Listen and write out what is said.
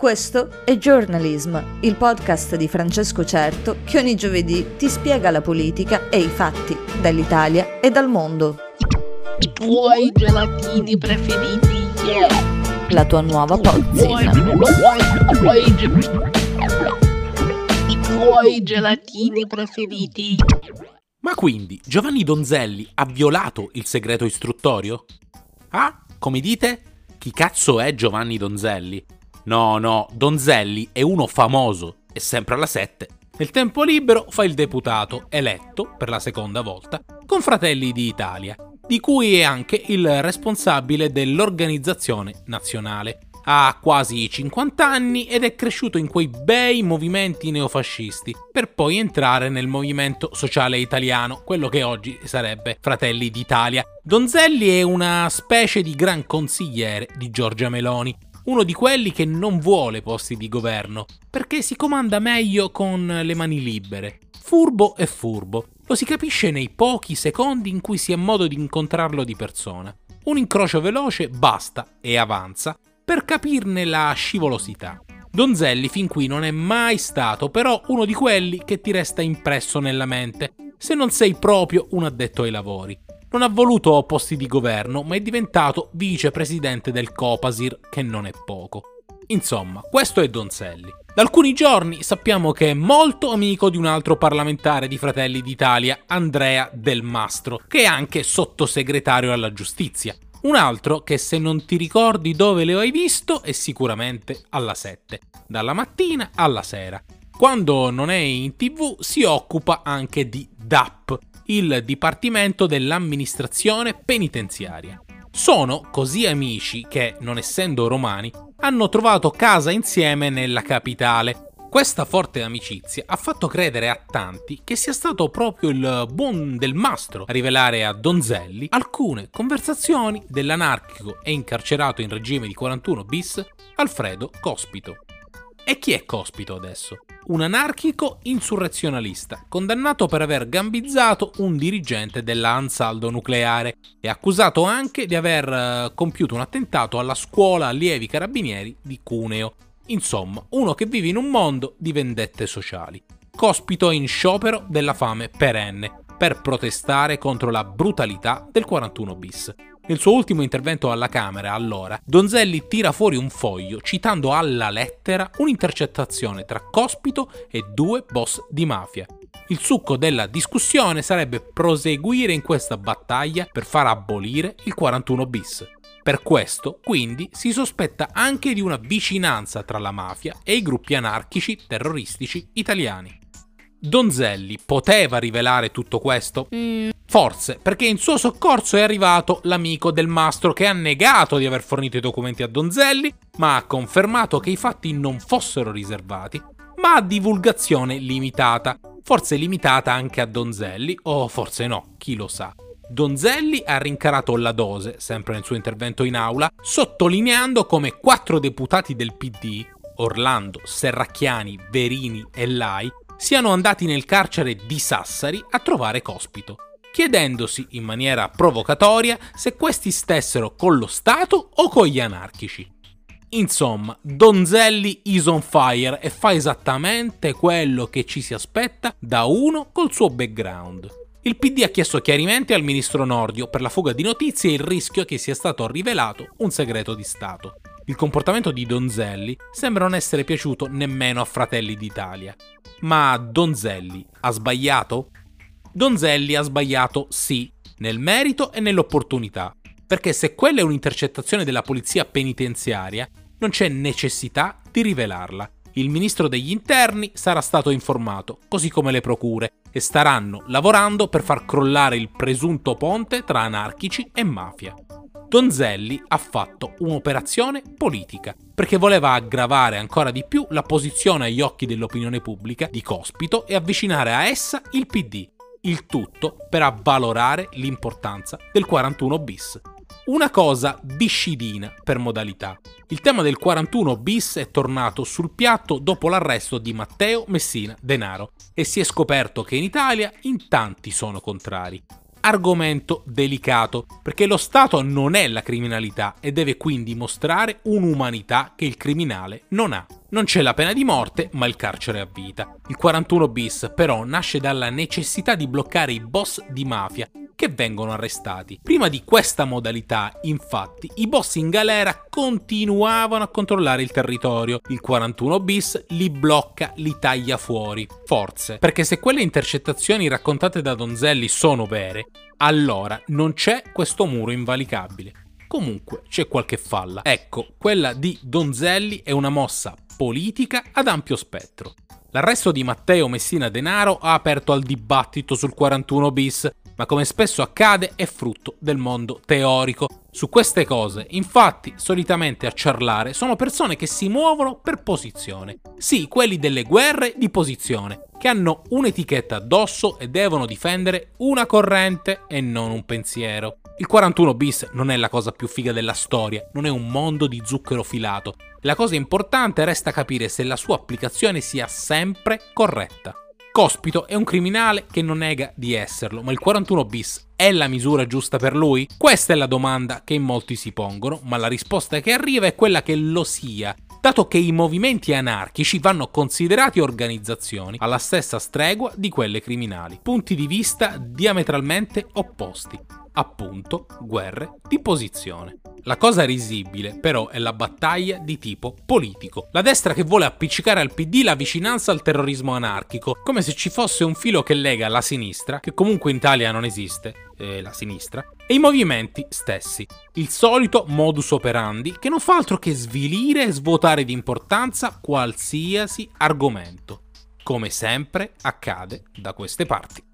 Questo è Journalism, il podcast di Francesco Certo che ogni giovedì ti spiega la politica e i fatti dall'Italia e dal mondo. I tuoi gelatini preferiti, La tua nuova pozzina. I tuoi gelatini preferiti. Ma quindi Giovanni Donzelli ha violato il segreto istruttorio? Ah, come dite? Chi cazzo è Giovanni Donzelli? No, Donzelli è uno famoso, è sempre alla 7. Nel tempo libero fa il deputato, eletto per la seconda volta, con Fratelli d'Italia, di cui è anche il responsabile dell'organizzazione nazionale. Ha quasi 50 anni ed è cresciuto in quei bei movimenti neofascisti, per poi entrare nel movimento sociale italiano, quello che oggi sarebbe Fratelli d'Italia. Donzelli è una specie di gran consigliere di Giorgia Meloni, uno di quelli che non vuole posti di governo, perché si comanda meglio con le mani libere. Furbo e furbo, lo si capisce nei pochi secondi in cui si ha modo di incontrarlo di persona. Un incrocio veloce basta e avanza per capirne la scivolosità. Donzelli fin qui non è mai stato però uno di quelli che ti resta impresso nella mente, se non sei proprio un addetto ai lavori. Non ha voluto posti di governo, ma è diventato vicepresidente del Copasir, che non è poco. Insomma, questo è Donzelli. Da alcuni giorni sappiamo che è molto amico di un altro parlamentare di Fratelli d'Italia, Andrea Del Mastro, che è anche sottosegretario alla giustizia. Un altro che, se non ti ricordi dove lo hai visto, è sicuramente alla 7, dalla mattina alla sera. Quando non è in TV si occupa anche di DAP, il Dipartimento dell'Amministrazione Penitenziaria. Sono così amici che, non essendo romani, hanno trovato casa insieme nella capitale. Questa forte amicizia ha fatto credere a tanti che sia stato proprio il buon Del Mastro a rivelare a Donzelli alcune conversazioni dell'anarchico e incarcerato in regime di 41 bis Alfredo Cospito. E chi è Cospito adesso? Un anarchico insurrezionalista, condannato per aver gambizzato un dirigente della Ansaldo Nucleare e accusato anche di aver compiuto un attentato alla scuola allievi carabinieri di Cuneo. Insomma, uno che vive in un mondo di vendette sociali. Cospito è in sciopero della fame perenne per protestare contro la brutalità del 41 bis. Nel suo ultimo intervento alla Camera, allora, Donzelli tira fuori un foglio citando alla lettera un'intercettazione tra Cospito e due boss di mafia. Il succo della discussione sarebbe proseguire in questa battaglia per far abolire il 41 bis. Per questo, quindi, si sospetta anche di una vicinanza tra la mafia e i gruppi anarchici terroristici italiani. Donzelli poteva rivelare tutto questo? Forse, perché in suo soccorso è arrivato l'amico Del Mastro, che ha negato di aver fornito i documenti a Donzelli, ma ha confermato che i fatti non fossero riservati, ma a divulgazione limitata. Forse limitata anche a Donzelli, o forse no, chi lo sa. Donzelli ha rincarato la dose, sempre nel suo intervento in aula, sottolineando come 4 deputati del PD, Orlando, Serracchiani, Verini e Lai, siano andati nel carcere di Sassari a trovare Cospito, chiedendosi in maniera provocatoria se questi stessero con lo Stato o con gli anarchici. Insomma, Donzelli is on fire e fa esattamente quello che ci si aspetta da uno col suo background. Il PD ha chiesto chiarimenti al ministro Nordio per la fuga di notizie e il rischio che sia stato rivelato un segreto di Stato. Il comportamento di Donzelli sembra non essere piaciuto nemmeno a Fratelli d'Italia. Ma Donzelli ha sbagliato? Donzelli ha sbagliato sì, nel merito e nell'opportunità, perché se quella è un'intercettazione della polizia penitenziaria, non c'è necessità di rivelarla. Il ministro degli interni sarà stato informato, così come le procure, e staranno lavorando per far crollare il presunto ponte tra anarchici e mafia. Donzelli ha fatto un'operazione politica, perché voleva aggravare ancora di più la posizione agli occhi dell'opinione pubblica di Cospito e avvicinare a essa il PD, il tutto per avvalorare l'importanza del 41 bis. Una cosa viscidina per modalità. Il tema del 41 bis è tornato sul piatto dopo l'arresto di Matteo Messina Denaro e si è scoperto che in Italia in tanti sono contrari. argomento delicato, perché lo Stato non è la criminalità e deve quindi mostrare un'umanità che il criminale non ha. Non c'è la pena di morte, ma il carcere a vita. Il 41 bis però nasce dalla necessità di bloccare i boss di mafia che vengono arrestati. Prima di questa modalità, infatti, i boss in galera continuavano a controllare il territorio. Il 41 bis li blocca, li taglia fuori. Forse, perché se quelle intercettazioni raccontate da Donzelli sono vere, allora non c'è questo muro invalicabile. Comunque c'è qualche falla. Ecco, quella di Donzelli è una mossa politica ad ampio spettro. L'arresto di Matteo Messina Denaro ha aperto al dibattito sul 41 bis, ma come spesso accade è frutto del mondo teorico. Su queste cose, infatti, solitamente a ciarlare sono persone che si muovono per posizione. Sì, quelli delle guerre di posizione, che hanno un'etichetta addosso e devono difendere una corrente e non un pensiero. Il 41 bis non è la cosa più figa della storia, non è un mondo di zucchero filato. La cosa importante resta capire se la sua applicazione sia sempre corretta. Cospito è un criminale che non nega di esserlo, ma il 41 bis è la misura giusta per lui? Questa è la domanda che in molti si pongono, ma la risposta che arriva è quella che lo sia, dato che i movimenti anarchici vanno considerati organizzazioni alla stessa stregua di quelle criminali. Punti di vista diametralmente opposti. Appunto, guerre di posizione. La cosa risibile, però, è la battaglia di tipo politico. La destra che vuole appiccicare al PD la vicinanza al terrorismo anarchico, come se ci fosse un filo che lega la sinistra, che comunque in Italia non esiste, la sinistra, e i movimenti stessi. Il solito modus operandi che non fa altro che svilire e svuotare di importanza qualsiasi argomento. Come sempre accade da queste parti.